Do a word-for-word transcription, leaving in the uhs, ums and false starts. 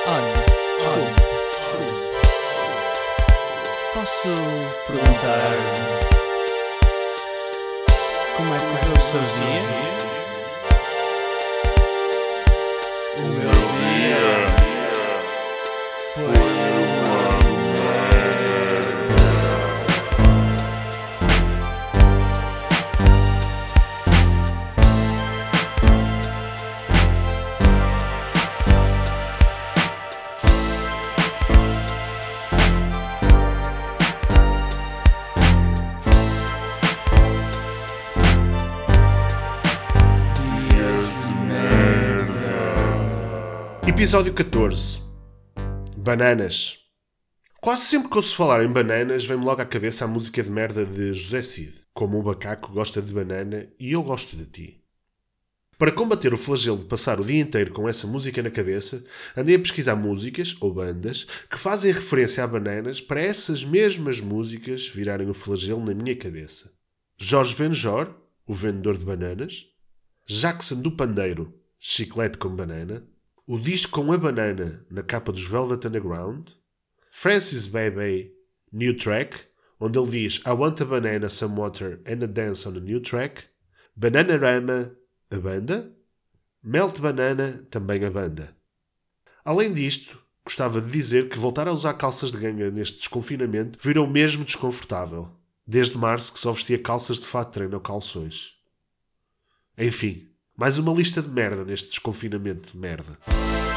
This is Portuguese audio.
Olha, desculpe, desculpe. Posso perguntar como é que correu o seu dia? O meu dia foi uma merda. Episódio catorze. Bananas. Quase sempre que ouço falar em bananas, vem-me logo à cabeça a música de merda de José Cid. Como o macaco gosta de banana e eu gosto de ti. Para combater o flagelo de passar o dia inteiro com essa música na cabeça, andei a pesquisar músicas, ou bandas, que fazem referência a bananas para essas mesmas músicas virarem o flagelo na minha cabeça. Jorge Benjor, o vendedor de bananas. Jackson do Pandeiro, chiclete com banana. O disco com a banana na capa dos Velvet Underground. Francis Bebey, New Track, onde ele diz I want a banana, some water and a dance on a new track. Bananarama, a banda. Melt Banana, também a banda. Além disto, gostava de dizer que voltar a usar calças de ganga neste desconfinamento virou mesmo desconfortável. Desde março que só vestia calças de fato de treino ou calções. Enfim, mais uma lista de merda neste desconfinamento de merda.